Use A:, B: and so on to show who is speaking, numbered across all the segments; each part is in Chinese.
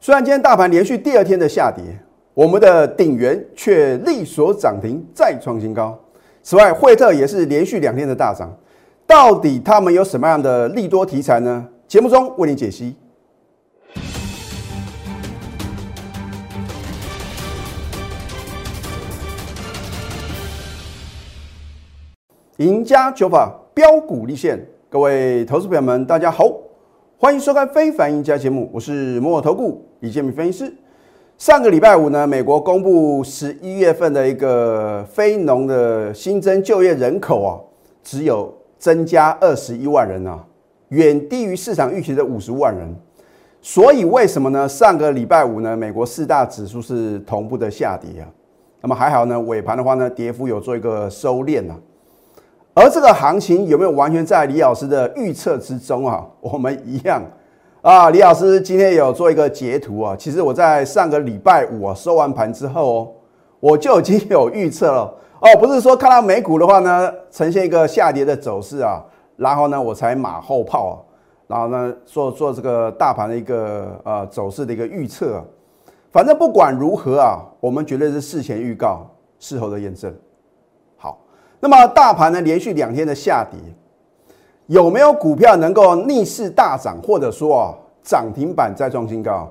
A: 虽然今天大盘连续第2天的下跌，我们的鼎元却力所涨停，再创新高。此外，惠特也是连续2天的大涨。到底他们有什么样的利多题材呢？节目中为您解析。赢家九法标股立现，各位投资朋友们，大家好，欢迎收看《非凡赢家》节目，我是摩尔投顾李建民分析师。上个礼拜五呢，美国公布11月份的一个非农的新增就业人口啊，只有增加21万人啊，远低于市场预期的50万人。所以为什么呢？上个礼拜五呢，美国4大指数是同步的下跌啊。那么还好呢，尾盘的话呢，跌幅有做一个收敛啊。而这个行情有没有完全在李老师的预测之中啊？我们一样啊，李老师今天有做一个截图啊。其实我在上个礼拜五啊收完盘之后哦，我就已经有预测了哦，不是说看到美股的话呢呈现一个下跌的走势啊，然后呢我才马后炮啊，然后呢做这个大盘的一个走势的一个预测啊。反正不管如何啊，我们绝对是事前预告，事后的验证。那么大盘呢连续2天的下跌，有没有股票能够逆势大涨，或者说涨停板再创新高？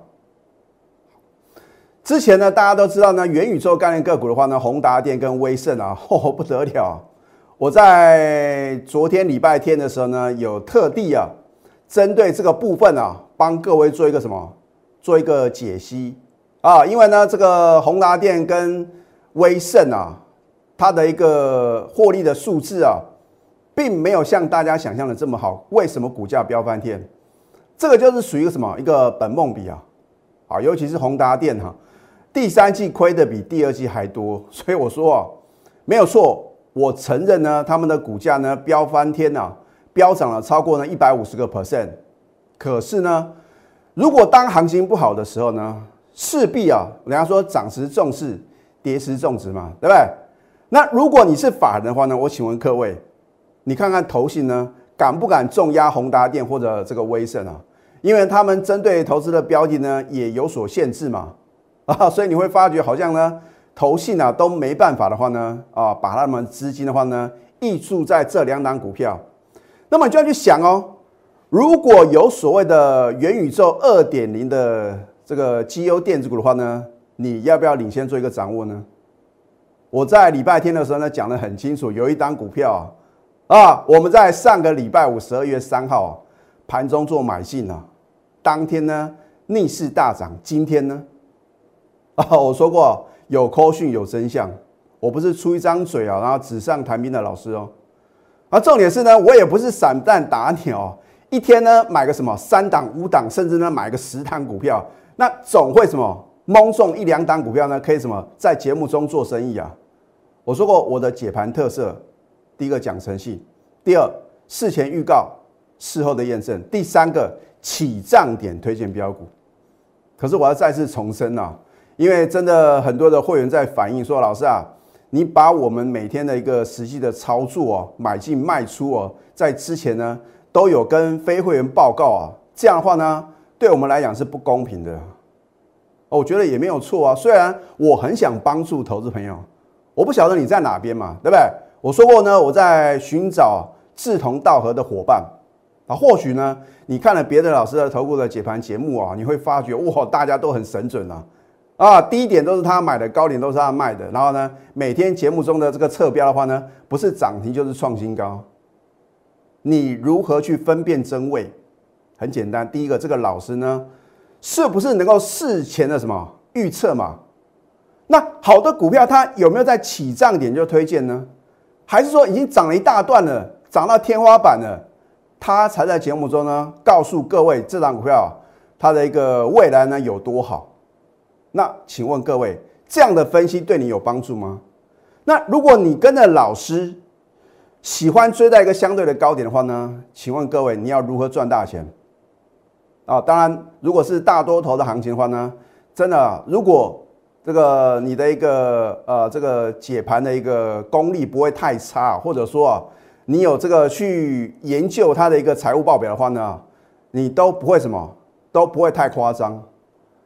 A: 之前呢大家都知道呢，元宇宙概念个股的话呢，宏达电跟威盛啊，不得了。我在昨天礼拜天的时候呢，有特地啊针对这个部分啊，帮各位做一个什么，做一个解析啊，因为呢这个宏达电跟威盛啊，它的一个获利的数字啊，并没有像大家想象的这么好。为什么股价飙翻天？这个就是属于一个什么？一个本梦比啊，尤其是宏达电哈，第3季亏的比第2季还多，所以我说啊，没有错，我承认呢，他们的股价呢飙翻天啊，飙涨了超过呢150%。可是呢，如果当行情不好的时候呢，势必啊，人家说涨时重视，跌时重值嘛，对不对？那如果你是法人的话呢，我请问各位，你看看投信呢，敢不敢重压宏达电或者这个威盛啊？因为他们针对投资的标的呢也有所限制嘛，所以你会发觉好像呢，投信啊都没办法的话呢，把他们资金的话呢挹注在这2档股票，那么你就要去想哦，如果有所谓的元宇宙2.0的这个绩优电子股的话呢，你要不要领先做一个掌握呢？我在礼拜天的时候呢讲得很清楚，有一档股票我们在上个礼拜五12月3号盘中做买进啊，当天呢逆势大涨，今天呢我说过有扣讯有真相，我不是出一张嘴然后纸上谈兵的老师哦。重点是呢，我也不是散弹打鸟，一天呢买个什么3档5档，甚至呢买个10档股票，那总会什么蒙中1、2档股票呢，可以什么在节目中做生意啊。我说过我的解盘特色，第一个讲诚信，第二事前预告，事后的验证，第3个起涨点推荐标股。可是我要再次重申啊，因为真的很多的会员在反映说，老师啊，你把我们每天的一个实际的操作买进卖出在之前呢都有跟非会员报告这样的话呢，对我们来讲是不公平的。我觉得也没有错啊，虽然我很想帮助投资朋友。我不晓得你在哪边嘛，对不对？我说过呢，我在寻找志同道合的伙伴或许呢，你看了别的老师的投顾的解盘节目你会发觉哇，大家都很神准低点都是他买的，高点都是他卖的，然后呢，每天节目中的这个测标的话呢，不是涨停就是创新高。你如何去分辨真伪？很简单，第一个，这个老师呢，是不是能够事前的什么预测嘛？那好的股票它有没有在起涨点就推荐呢？还是说已经涨了一大段了，涨到天花板了，它才在节目中呢告诉各位这档股票它的一个未来呢有多好？那请问各位，这样的分析对你有帮助吗？那如果你跟着老师喜欢追在一个相对的高点的话呢，请问各位你要如何赚大钱？当然如果是大多头的行情的话呢，真的如果这个你的一个这个解盘的一个功力不会太差，或者说你有这个去研究它的一个财务报表的话呢，你都不会什么，都不会太夸张。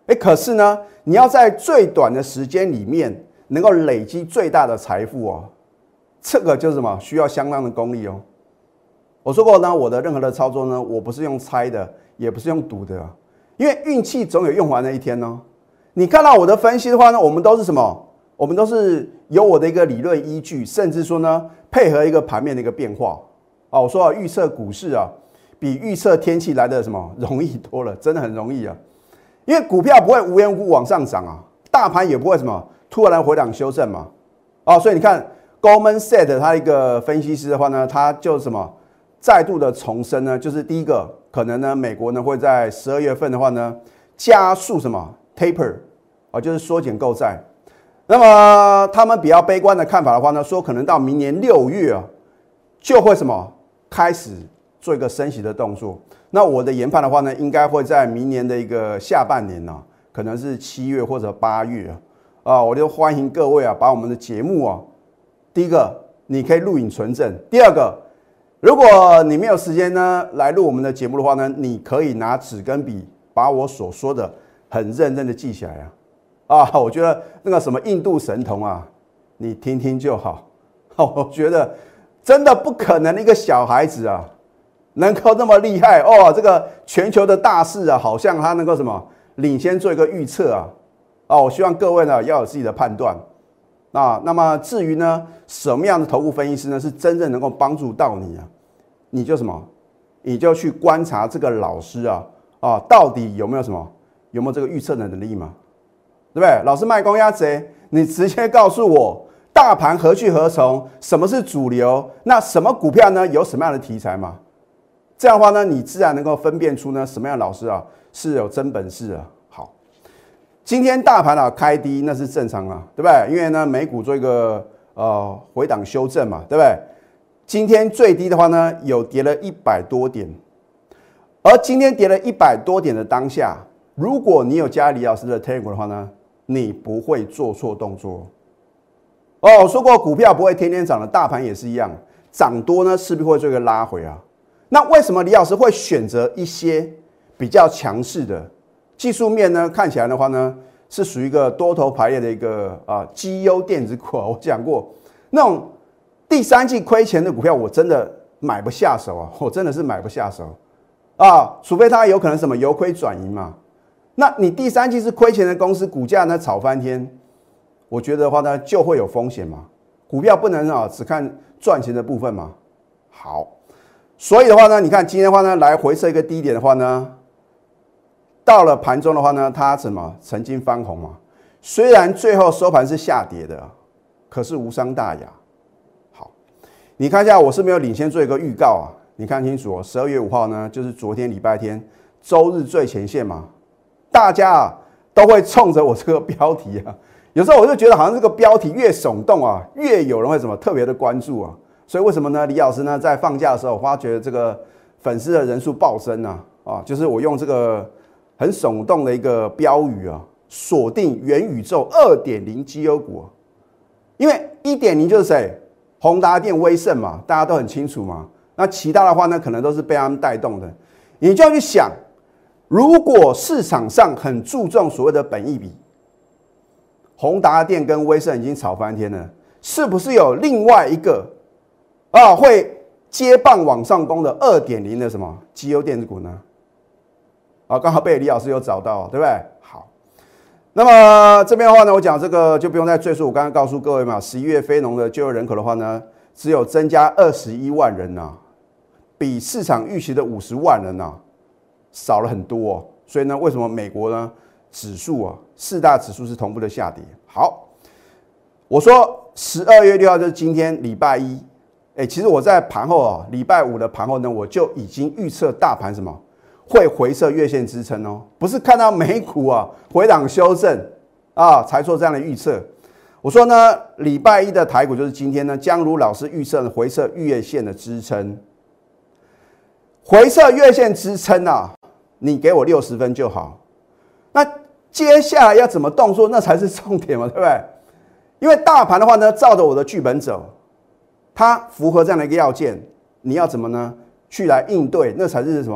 A: 可是呢，你要在最短的时间里面能够累积最大的财富哦，这个就是什么？需要相当的功力哦。我说过呢，我的任何的操作呢，我不是用猜的，也不是用赌的，因为运气总有用完的一天呢。你看到我的分析的话呢，我们都是什么？我们都是有我的一个理论依据，甚至说呢，配合一个盘面的一个变化啊。我说预测股市啊，比预测天气来的什么容易多了，真的很容易啊。因为股票不会无缘无故往上涨啊，大盘也不会什么突然回档修正嘛。所以你看 Goldman Sachs 他一个分析师的话呢，他就什么再度的重申呢，就是第一个可能呢，美国呢会在12月份的话呢，加速什么 taper 就是缩减购债。那么他们比较悲观的看法的话呢，说可能到明年6月啊，就会什么开始做一个升息的动作。那我的研判的话呢，应该会在明年的一个下半年呢，可能是7月或者8月我就欢迎各位把我们的节目第一个你可以录影存证，第二个，如果你没有时间呢来录我们的节目的话呢，你可以拿纸跟笔把我所说的很认真的记起来我觉得那个什么印度神童你听听就好。我觉得真的不可能一个小孩子能够那么厉害这个全球的大事好像他能够什么领先做一个预测我希望各位呢要有自己的判断那么至于呢什么样的投顾分析师呢是真正能够帮助到你你就什么，你就去观察这个老师到底有没有这个预测的能力嘛？对不对？老师卖公鸭贼，你直接告诉我大盘何去何从，什么是主流，那什么股票呢有什么样的题材嘛？这样的话呢，你自然能够分辨出呢什么样的老师是有真本事好，今天大盘开低那是正常对不对？因为呢美股做一个回档修正嘛，对不对？今天最低的话呢有跌了100多点，而今天跌了100多点的当下，如果你有加李老师的 Telegram 的话呢，你不会做错动作我说过股票不会天天涨的，大盘也是一样，涨多呢势必会做一个拉回那为什么李老师会选择一些比较强势的技术面呢？看起来的话呢是属于一个多头排列的一个绩优电子股我讲过那种第三季亏钱的股票我真的买不下手我真的是买不下手除非它有可能什么由亏转盈嘛。那你第三季是亏钱的公司，股价呢炒翻天，我觉得的话呢就会有风险嘛。股票不能只看赚钱的部分嘛。好，所以的话呢，你看今天的话呢来回测一个低点的话呢，到了盘中的话呢，它曾经翻红嘛。虽然最后收盘是下跌的，可是无伤大雅。好，你看一下我是没有领先做一个预告你看清楚12月5号呢就是昨天礼拜天周日最前线嘛。大家都会冲着我这个标题有时候我就觉得好像这个标题越耸动越有人会特别的关注所以为什么呢？李老师呢在放假的时候，我发觉这个粉丝的人数暴增就是我用这个很耸动的一个标语锁定元宇宙 2.0 绩优股因为 1.0 就是谁？宏达电、威盛嘛，大家都很清楚嘛。那其他的话呢，可能都是被他们带动的，你就要去想。如果市场上很注重所谓的本益比，宏达电跟威盛已经炒翻天了，是不是有另外一个会接棒往上攻的 2.0 的什么绩优电子股呢？刚好被李老师有找到，对不对？好，那么这边的话呢，我讲这个就不用再赘述，我刚刚告诉各位嘛，11月非农的就业人口的话呢，只有增加21万人比市场预期的50万人少了很多所以呢，为什么美国呢指数4大指数是同步的下跌？好，我说12月6号就是今天礼拜一，其实我在盘后礼拜五的盘后呢，我就已经预测大盘会回测月线支撑不是看到美股回档修正才做这样的预测。我说呢，礼拜一的台股就是今天呢，将如老师预测的回测月线的支撑，回测月线支撑你给我60分就好。那接下来要怎么动作，那才是重点嘛，对不对？因为大盘的话呢，照着我的剧本走，它符合这样的一个要件，你要怎么呢去来应对，那才是什么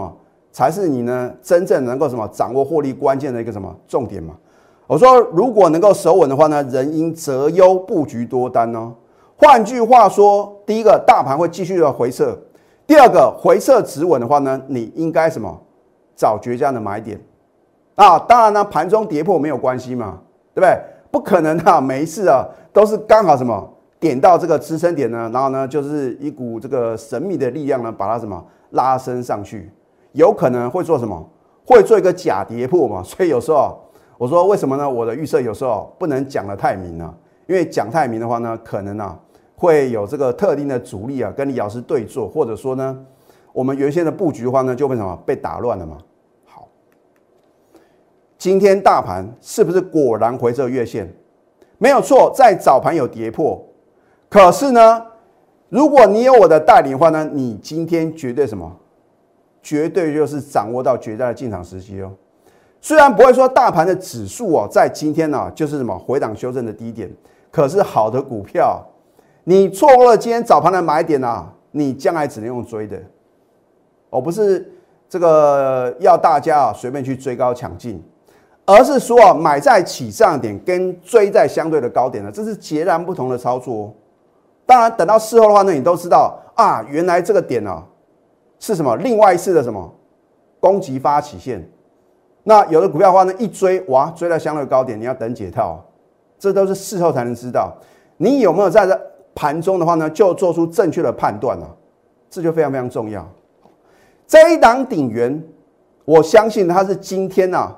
A: 才是你呢真正能够什么掌握获利关键的一个什么重点嘛。我说如果能够守稳的话呢，人应择优布局多单哦。换句话说，第一个大盘会继续的回撤，第二个回撤止稳的话呢，你应该什么找绝佳的买点啊。当然呢，盘中跌破没有关系嘛，对不对？不可能啊，每一次啊都是刚好什么点到这个支撑点呢，然后呢就是一股这个神秘的力量呢把它什么拉升上去，有可能会做什么？会做一个假跌破嘛。所以有时候我说为什么呢？我的预测有时候不能讲得太明啊，因为讲太明的话呢，可能啊会有这个特定的主力啊跟李老师对做，或者说呢我们原先的布局的话呢就被什么被打乱了嘛。好，今天大盘是不是果然回撤月线？没有错，在早盘有跌破，可是呢，如果你有我的带领的话呢，你今天绝对什么？绝对就是掌握到绝佳的进场时机哦。虽然不会说大盘的指数哦，在今天呢就是什么回档修正的低点，可是好的股票，你错过了今天早盘的买点啊，你将来只能用追的。我不是这个要大家啊随便去追高抢进，而是说啊买在起涨点跟追在相对的高点呢，这是截然不同的操作哦。当然，等到事后的话呢，你都知道啊，原来这个点啊是什么？另外一次的什么攻击发起线。那有的股票的话呢，一追哇，追到相对高点，你要等解套，这都是事后才能知道。你有没有在盘中的话呢，就做出正确的判断啊？这就非常非常重要。这一档鼎元，我相信它是今天啊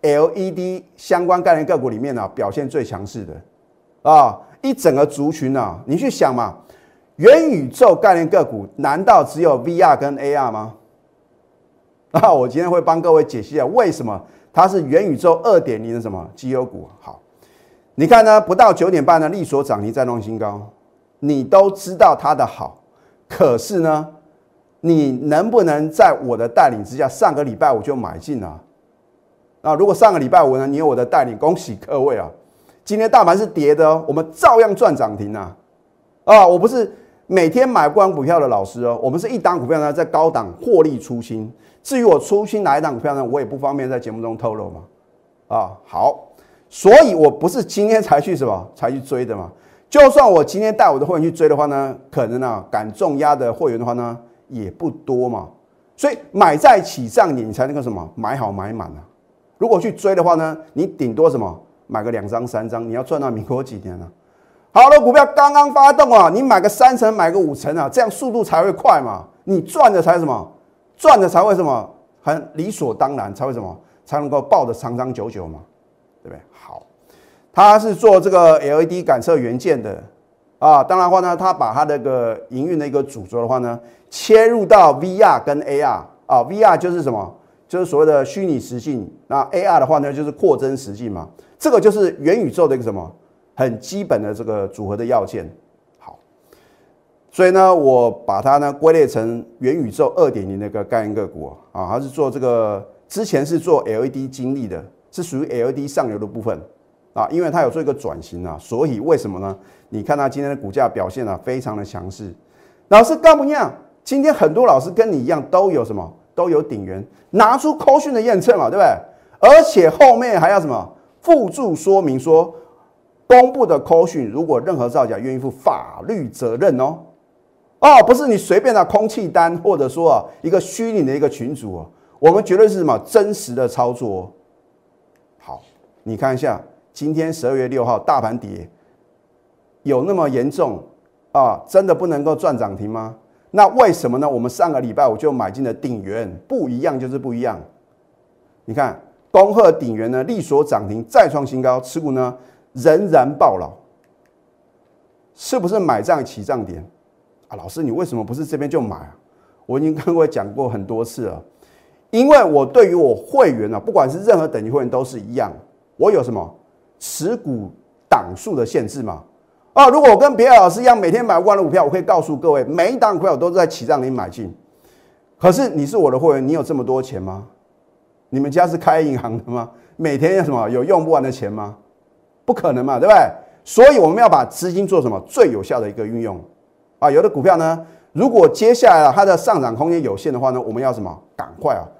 A: LED 相关概念个股里面啊表现最强势的啊，一整个族群啊，你去想嘛，元宇宙概念个股难道只有 VR 跟 AR 吗？啊，我今天会帮各位解析啊，为什么它是元宇宙 2.0 的什么绩优股？好，你看呢，不到9点半呢，力所涨停再创新高，你都知道它的好，可是呢，你能不能在我的带领之下，上个礼拜五就买进啊？啊，如果上个礼拜五呢，你有我的带领，恭喜各位啊！今天大盘是跌的哦，我们照样赚涨停啊！啊，我不是每天买不完股票的老师哦，我们是一档股票呢在高档获利出清。至于我出清哪一档股票呢，我也不方便在节目中透露嘛。啊，好，所以我不是今天才去什么才去追的嘛。就算我今天带我的会员去追的话呢，可能啊敢重压的会员的话呢也不多嘛。所以买在起涨点，你才能够什么买好买满啊。如果去追的话呢，你顶多什么买个2张3张，你要赚到民国几年啊？好的股票刚刚发动啊，你买个3成，买个5成啊，这样速度才会快嘛。你赚的才什么？赚的才会什么？很理所当然，才会什么？才能够抱得长长久久嘛，对不对？好，他是做这个 LED 感测元件的啊，当然的话呢，他把他那个营运的一个主轴的话呢，切入到 VR 跟 AR 啊 ，VR 就是什么？就是所谓的虚拟实境，那 AR 的话呢，就是扩增实境嘛，这个就是元宇宙的一个什么很基本的这个组合的要件。所以呢，我把它呢归类成元宇宙 2.0 的一个概念个股啊，它是做这个之前是做 LED 晶粒的，是属于 LED 上游的部分啊，因为它有做一个转型啊，所以为什么呢？你看它今天的股价表现啊，非常的强势。老师干不一样？今天很多老师跟你一样都有什么？都有鼎元，拿出扣讯的验证嘛，对不对？而且后面还要什么附注说明说，公布的扣讯如果任何造假，愿意负法律责任哦。哦，不是你随便的空气单，或者说啊一个虚拟的一个群组哦，我们绝对是什么真实的操作哦。好，你看一下，今天12月6号大盘跌，有那么严重啊？真的不能够赚涨停吗？那为什么呢？我们上个礼拜我就买进了鼎元，不一样就是不一样。你看，恭贺鼎元呢，力所涨停再创新高，持股呢仍然爆老，是不是买涨起涨点？啊，老师，你为什么不是这边就买啊？我已经跟各位讲过很多次了，因为我对于我会员啊，不管是任何等级会员都是一样，我有什么持股档数的限制嘛？啊，如果我跟别的老师一样，每天买不完的股票，我可以告诉各位，每一档股票我都是在起涨点买进。可是你是我的会员，你有这么多钱吗？你们家是开银行的吗？每天有什么有用不完的钱吗？不可能嘛，对不对？所以我们要把资金做什么最有效的一个运用。啊，有的股票呢，如果接下来它的上涨空间有限的话呢，我们要什么？赶快啊，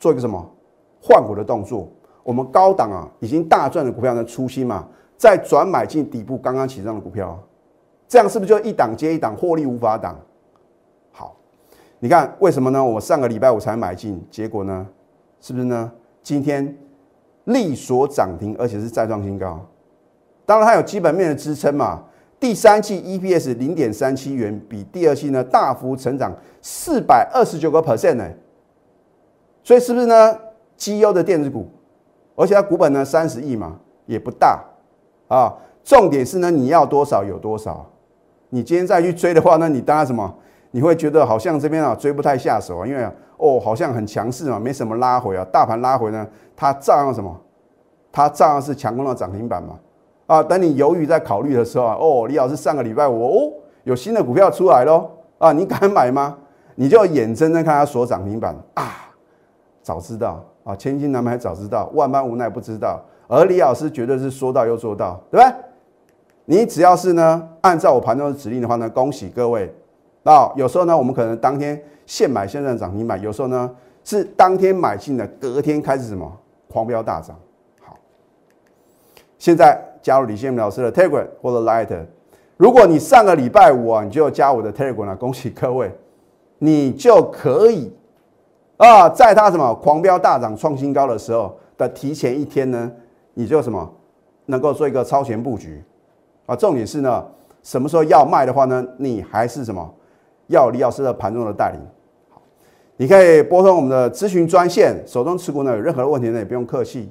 A: 做一个什么换股的动作。我们高档啊已经大赚的股票呢出清嘛，再转买进底部刚刚起涨的股票，这样是不是就一档接一档，获利无法挡？好，你看为什么呢？我上个礼拜五才买进，结果呢，是不是呢？今天力所涨停，而且是再创新高。当然它有基本面的支撑嘛。第三季 EPS 0.37元，比第二季呢大幅成长429%呢。所以是不是呢？绩优的电子股，而且它股本呢30亿嘛，也不大啊。重点是呢，你要多少有多少。你今天再去追的话呢，你当然什么？你会觉得好像这边啊追不太下手啊，因为好像很强势嘛，没什么拉回啊。大盘拉回呢，它照样什么？它照样是强攻到涨停板嘛。啊，等你犹豫在考虑的时候啊，李老师上个礼拜五有新的股票出来咯啊，你敢买吗？你就眼睁睁看它锁涨停板啊，早知道啊，千金难买早知道，万般无奈不知道。而李老师绝对是说到又做到，对不对？你只要是呢按照我盘中的指令的话呢，恭喜各位啊。有时候呢，我们可能当天现买现赚涨停板，有时候呢是当天买进的，隔天开始什么狂飙大涨。好，现在加入李建明老师的 Telegram 或者 Light， 如果你上个礼拜五啊，你就加我的 Telegram 了，恭喜各位，你就可以啊，在它什么狂飙大涨创新高的时候的提前一天呢，你就什么能够做一个超前布局啊。重点是呢，什么时候要卖的话呢，你还是什么要李老师的盘中的带领。好，你可以拨通我们的咨询专线，手中持股呢有任何的问题呢也不用客气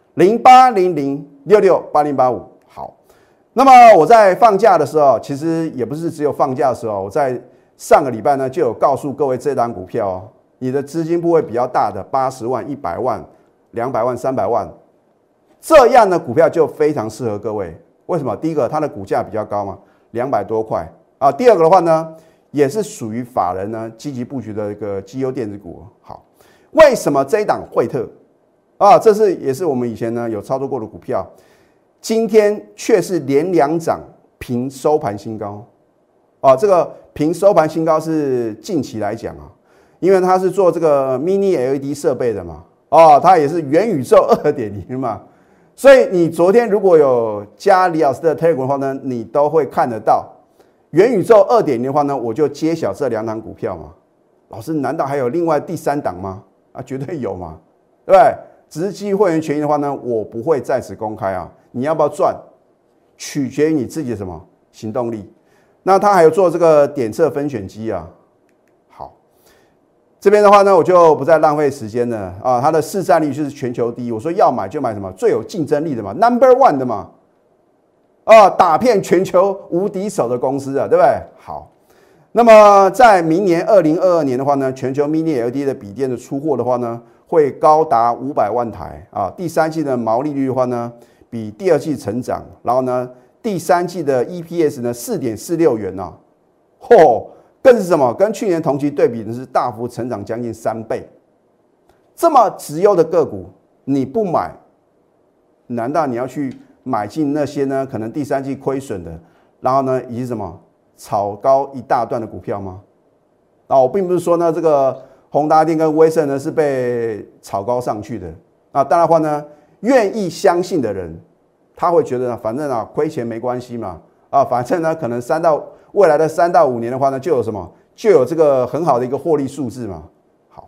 A: ，0800668085。好，那么我在放假的时候，其实也不是只有放假的时候，我在上个礼拜呢就有告诉各位这档股票哦，你的资金部位比较大的80万、100万、200万、300万，这样的股票就非常适合各位。为什么？第一个，它的股价比较高嘛，200多块啊。第二个的话呢，也是属于法人呢积极布局的一个绩优电子股。好，为什么这一档惠特啊？这也是我们以前呢有操作过的股票，今天却是连2涨，平收盘新高啊。这个平收盘新高是近期来讲啊，因为它是做这个 mini LED 设备的嘛，它也是元宇宙 2.0 嘛。所以你昨天如果有加李老师的 Telegram 的话呢，你都会看得到元宇宙 2.0 的话呢，我就揭晓这2档股票嘛。老师，难道还有另外第3档吗？啊，绝对有嘛，对不对？只是基于会员权益的话呢，我不会在此公开啊。你要不要赚，取决于你自己的什么行动力。那他还有做这个点测分选机啊。好，这边的话呢，我就不再浪费时间了啊。它的市占率就是全球第一，我说要买就买什么最有竞争力的嘛 ，Number One 的嘛，打遍全球无敌手的公司啊，对不对？好，那么在明年2022年的话呢，全球 Mini LED 的笔电的出货的话呢，会高达500万台啊。第3季的毛利率的话呢，比第2季成长，然后呢，第3季的 EPS 呢4.46元啊，更是什么？跟去年同期对比呢是大幅成长将近3倍。这么质优的个股，你不买，难道你要去买进那些呢可能第3季亏损的，然后呢以及什么炒高一大段的股票吗？我并不是说呢这个宏达电跟威盛呢是被炒高上去的啊。当然的话呢，愿意相信的人，他会觉得呢，反正啊亏钱没关系嘛，反正呢可能未来的3到5年的话呢，就有什么？就有这个很好的一个获利数字嘛。好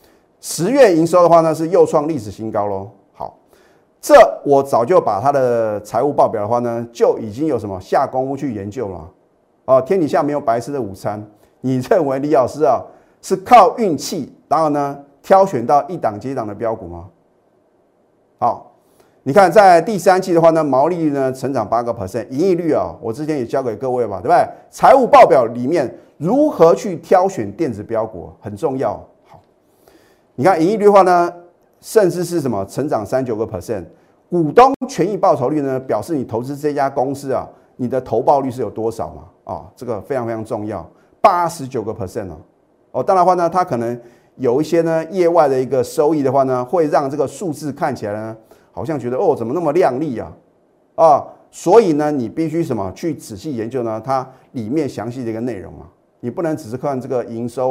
A: ，10月营收的话呢是又创历史新高咯。好，这我早就把它的财务报表的话呢，就已经有什么下功夫去研究了。天底下没有白吃的午餐。你认为李老师啊是靠运气，然后呢挑选到一档接一档的标股吗？好。你看，在第3季的话呢，毛利率呢成长8%，盈利率啊，我之前也教给各位嘛，对不对？财务报表里面如何去挑选电子标股很重要。好，你看盈利率的话呢，甚至是什么成长39%，股东权益报酬率呢，表示你投资这家公司啊，你的投报率是有多少嘛？这个非常非常重要，89%哦。当然的话呢，它可能有一些呢业外的一个收益的话呢，会让这个数字看起来呢。好像觉得怎么那么亮丽啊，所以呢，你必须什么去仔细研究呢？它里面详细的一个内容你不能只是看这个营收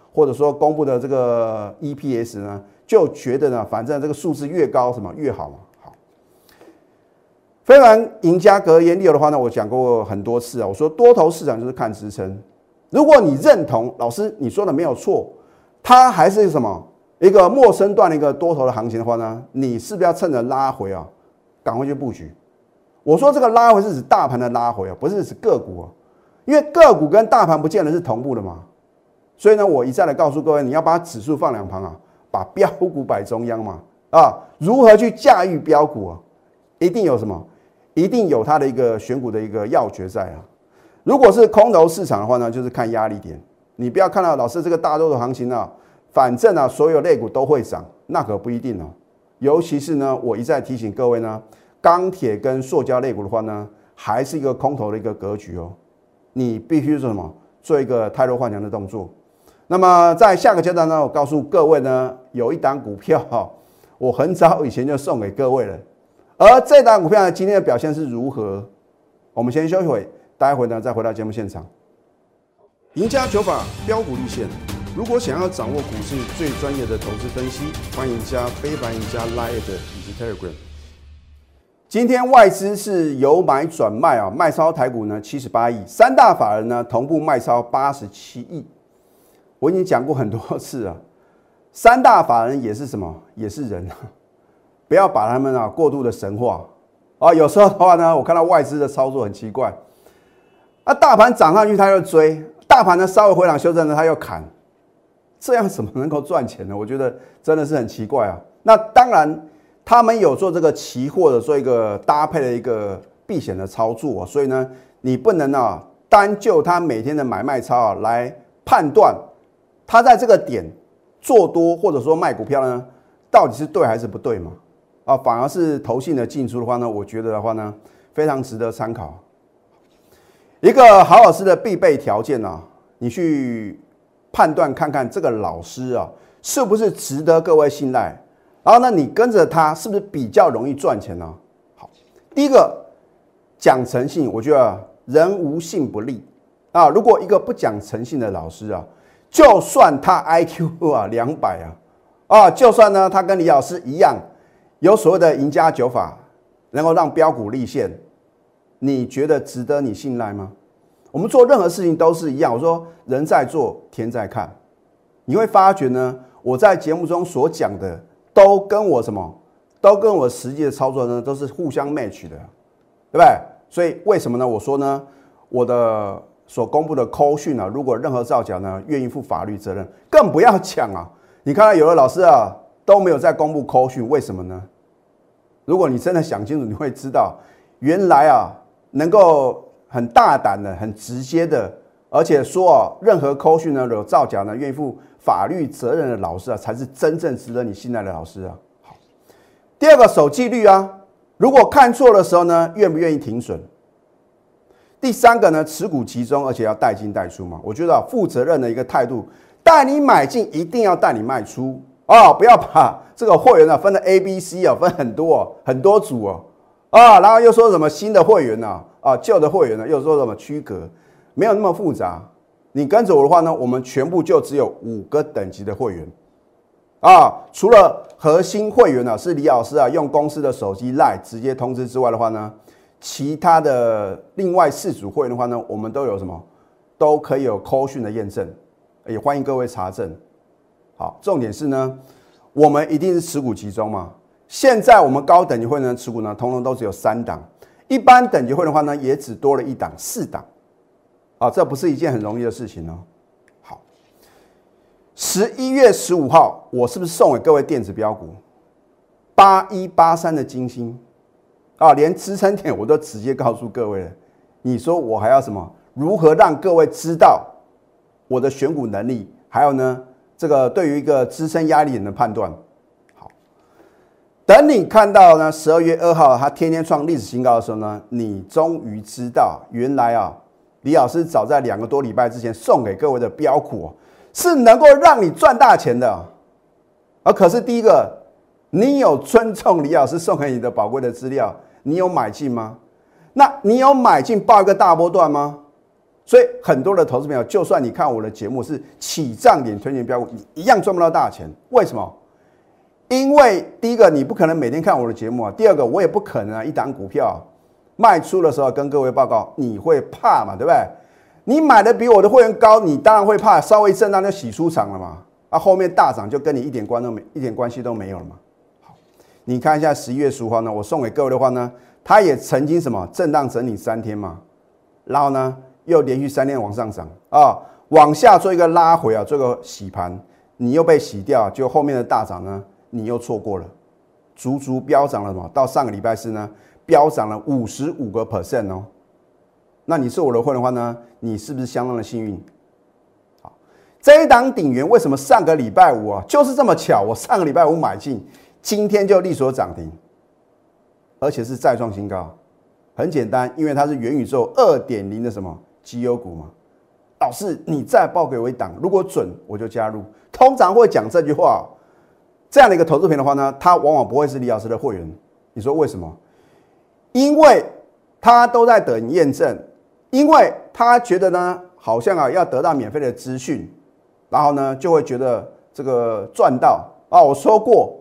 A: 或者说公布的这个 EPS 呢，就觉得呢，反正这个数字越高什么越好嘛。好，非凡、赢家、格言利友的话呢，我讲过很多次啊，我说多头市场就是看支撑。如果你认同老师你说的没有错，它还是什么一个陌生段的一个多头的行情的话呢，你是不是要趁着拉回啊，赶快去布局？我说这个拉回是指大盘的拉回啊，不是指个股啊，因为个股跟大盘不见得是同步的嘛。所以呢，我一再的告诉各位，你要把指数放两旁啊，把标股摆中央嘛。啊，如何去驾驭标股啊？一定有什么？一定有它的一个选股的一个要诀在啊。如果是空头市场的话呢，就是看压力点。你不要看到老师这个大多头行情啊，反正啊所有类股都会涨，那可不一定哦。尤其是呢，我一再提醒各位呢，钢铁跟塑胶类股的话呢，还是一个空头的一个格局哦。你必须做什么？做一个汰弱换强的动作。那么在下个阶段呢，我告诉各位呢，有一档股票哈，我很早以前就送给各位了。而这档股票呢，今天的表现是如何？我们先休息会。待会呢，再回到节目现场。赢家九法标股立线。如果想要掌握股市最专业的投资分析，欢迎加非凡、赢家 Line 以及 Telegram。今天外资是由买转卖啊，卖超台股呢78亿，三大法人呢同步卖超87亿。我已经讲过很多次了，三大法人也是什么？也是人啊，不要把他们啊过度的神化啊。有时候的话呢，我看到外资的操作很奇怪。大盘涨上去他又追，大盘呢稍微回档修正呢他又砍，这样怎么能够赚钱呢？我觉得真的是很奇怪啊。那当然，他们有做这个期货的做一个搭配的一个避险的操作，所以呢，你不能啊单就他每天的买卖操啊来判断他在这个点做多或者说卖股票呢，到底是对还是不对嘛？啊，反而是投信的进出的话呢，我觉得的话呢，非常值得参考。一个好老师的必备条件啊，你去判断看看这个老师啊是不是值得各位信赖，然后呢，你跟着他是不是比较容易赚钱呢？好，第一个讲诚信，我觉得人无信不立啊。如果一个不讲诚信的老师啊，就算他 IQ 啊200啊，就算呢他跟李老师一样有所谓的赢家九法，能够让标股立现。你觉得值得你信赖吗？我们做任何事情都是一样。我说人在做，天在看。你会发觉呢，我在节目中所讲的，都跟我什么？都跟我实际的操作呢，都是互相 match 的，对不对？所以为什么呢？我说呢，我的所公布的扣讯啊，如果任何造假呢，愿意负法律责任，更不要讲啊。你看到有的老师啊都没有在公布扣讯，为什么呢？如果你真的想清楚，你会知道，原来啊。能够很大胆的、很直接的，而且说啊，任何扣讯呢有造假呢，愿意负法律责任的老师啊，才是真正值得你信赖的老师啊。好，第二个守纪律啊，如果看错的时候呢，愿不愿意停损？第三个呢，持股集中，而且要带进带出嘛。我觉得负责任的一个态度，带你买进，一定要带你卖出啊，不要把这个会员啊分的 A、B、C 啊，分很多组哦。然后又说什么新的会员旧的会员呢，又说什么区隔，没有那么复杂。你跟着我的话呢，我们全部就只有5个等级的会员除了核心会员是李老师用公司的手机 LINE 直接通知之外的话呢，其他的另外4组会员的话呢，我们都有什么？都可以有扣讯的验证，也欢迎各位查证。好，重点是呢，我们一定是持股集中嘛。现在我们高等级会员持股呢，通通都只有3档，一般等级会的话呢，也只多了1档，4档，这不是一件很容易的事情哦。好，11月15号，我是不是送给各位电子标股8183的金星连支撑点我都直接告诉各位了。你说我还要什么？如何让各位知道我的选股能力？还有呢，这个对于一个支撑压力点的判断。等你看到呢，12月2号它天天创历史新高的时候呢，你终于知道，原来李老师早在2个多礼拜之前送给各位的标股是能够让你赚大钱的。可是第一个，你有尊重李老师送给你的宝贵的资料，你有买进吗？那你有买进报一个大波段吗？ 所以很多的投资朋友，就算你看我的节目是起涨点推荐标股，你一样赚不到大钱。为什么？因为第一个，你不可能每天看我的节目啊；第二个，我也不可能一档股票卖出的时候跟各位报告，你会怕嘛？对不对？你买的比我的会员高，你当然会怕，稍微震荡就洗出场了嘛。后面大涨就跟你一点关系都没有了嘛。好，你看一下11月15号呢，我送给各位的话呢，它也曾经什么震荡整理3天嘛，然后呢又连续3天往上涨往下做一个拉回做一个洗盘，你又被洗掉，就后面的大涨呢，你又错过了，足足飙涨了什么？到上个礼拜四呢，飙涨了55%哦。那你是我的会员的话呢，你是不是相当的幸运？好，这一档鼎元为什么上个礼拜五就是这么巧，我上个礼拜五买进，今天就力所涨停，而且是再创新高。很简单，因为它是元宇宙 2.0 的什么绩优股嘛。老师，你再报给我一档，如果准我就加入。通常会讲这句话，这样的一个投资品的话呢，他往往不会是李老师的会员。你说为什么？因为他都在等验证。因为他觉得呢，好像要得到免费的资讯，然后呢就会觉得这个赚到我说过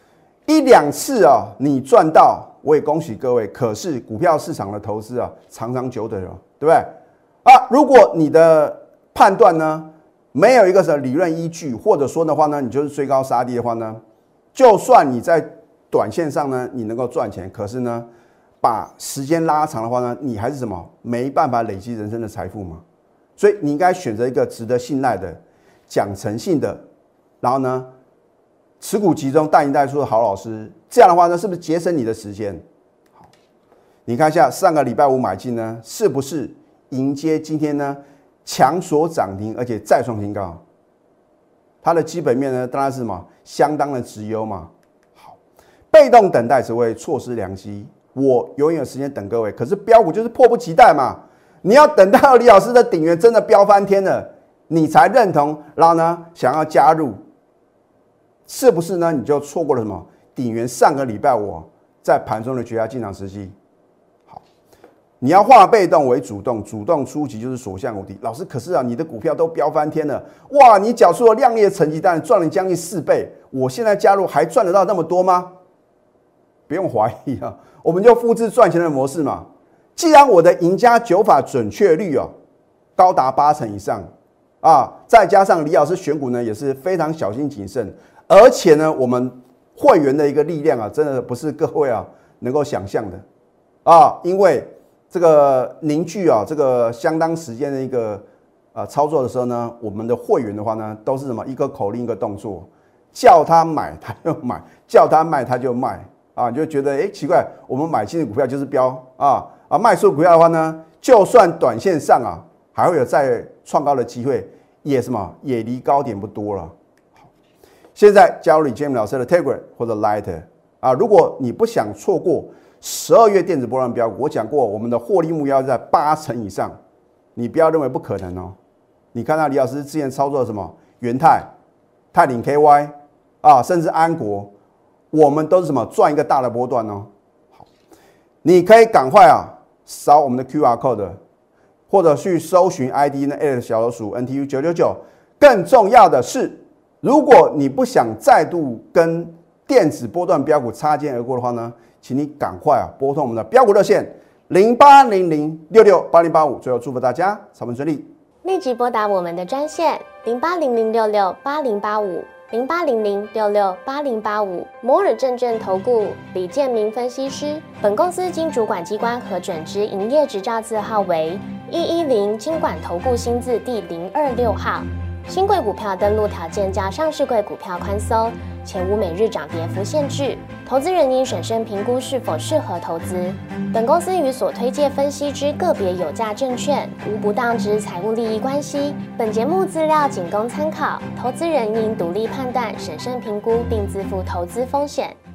A: 1、2次你赚到，我也恭喜各位。可是股票市场的投资长长久久，对不对？如果你的判断呢没有一个什么理论依据，或者说的话呢，你就是追高杀低的话呢，就算你在短线上呢你能够赚钱，可是呢，把时间拉长的话呢，你还是什么没办法累积人生的财富嘛？所以你应该选择一个值得信赖的、讲诚信的，然后呢，持股集中、带赢带出的好老师。这样的话呢，是不是节省你的时间？好，你看一下上个礼拜五买进呢，是不是迎接今天呢强所涨停，而且再创新高？它的基本面呢，当然是什么相当的质优嘛。好，被动等待只会错失良机。我永远有时间等各位，可是标股就是迫不及待嘛。你要等到李老师的鼎元真的飙翻天了，你才认同，然后呢想要加入，是不是呢？你就错过了什么？鼎元上个礼拜五在盘中的绝佳进场时机。好，你要化被动为主动，主动出击就是所向无敌。老师，可是你的股票都飙翻天了，哇！你缴出了亮丽的成绩单，赚了将近4倍。我现在加入还赚得到那么多吗？不用怀疑我们就复制赚钱的模式嘛。既然我的赢家9法准确率高达80%以上再加上李老师选股呢也是非常小心谨慎，而且呢我们会员的一个力量真的不是各位能够想象的因为这个凝聚这个相当时间的一个操作的时候呢，我们的会员的话呢都是什么一个口令一个动作，叫他买他就买，叫他卖他就卖。你就觉得奇怪，我们买进的股票就是飙卖出股票的话呢，就算短线上还会有再创高的机会，也离高点不多了。好，现在加入李建明老师的 Telegram 或者 Light 如果你不想错过12月电子波段标股，我讲过我们的获利目标在80%以上，你不要认为不可能你看到李老师之前操作的什么元泰、泰鼎 KY 甚至安国。我们都是什么赚一个大的波段好，你可以赶快扫我们的 QR code， 或者去搜寻 ID 呢 @NTU999。更重要的是，如果你不想再度跟电子波段标股擦肩而过的话呢，请你赶快拨通我们的标股热线0800668085。最后祝福大家操盘顺利，
B: 立即拨打我们的专线0800668085。0800668085摩尔证券投顾李建明分析师。本公司经主管机关核准之营业执照字号为110金管投顾新字第026号。新贵股票登录条件较上市贵股票宽松，且无每日涨跌幅限制。投资人应审慎评估是否适合投资。本公司与所推介分析之个别有价证券无不当之财务利益关系。本节目资料仅供参考，投资人应独立判断、审慎评估，并自负投资风险。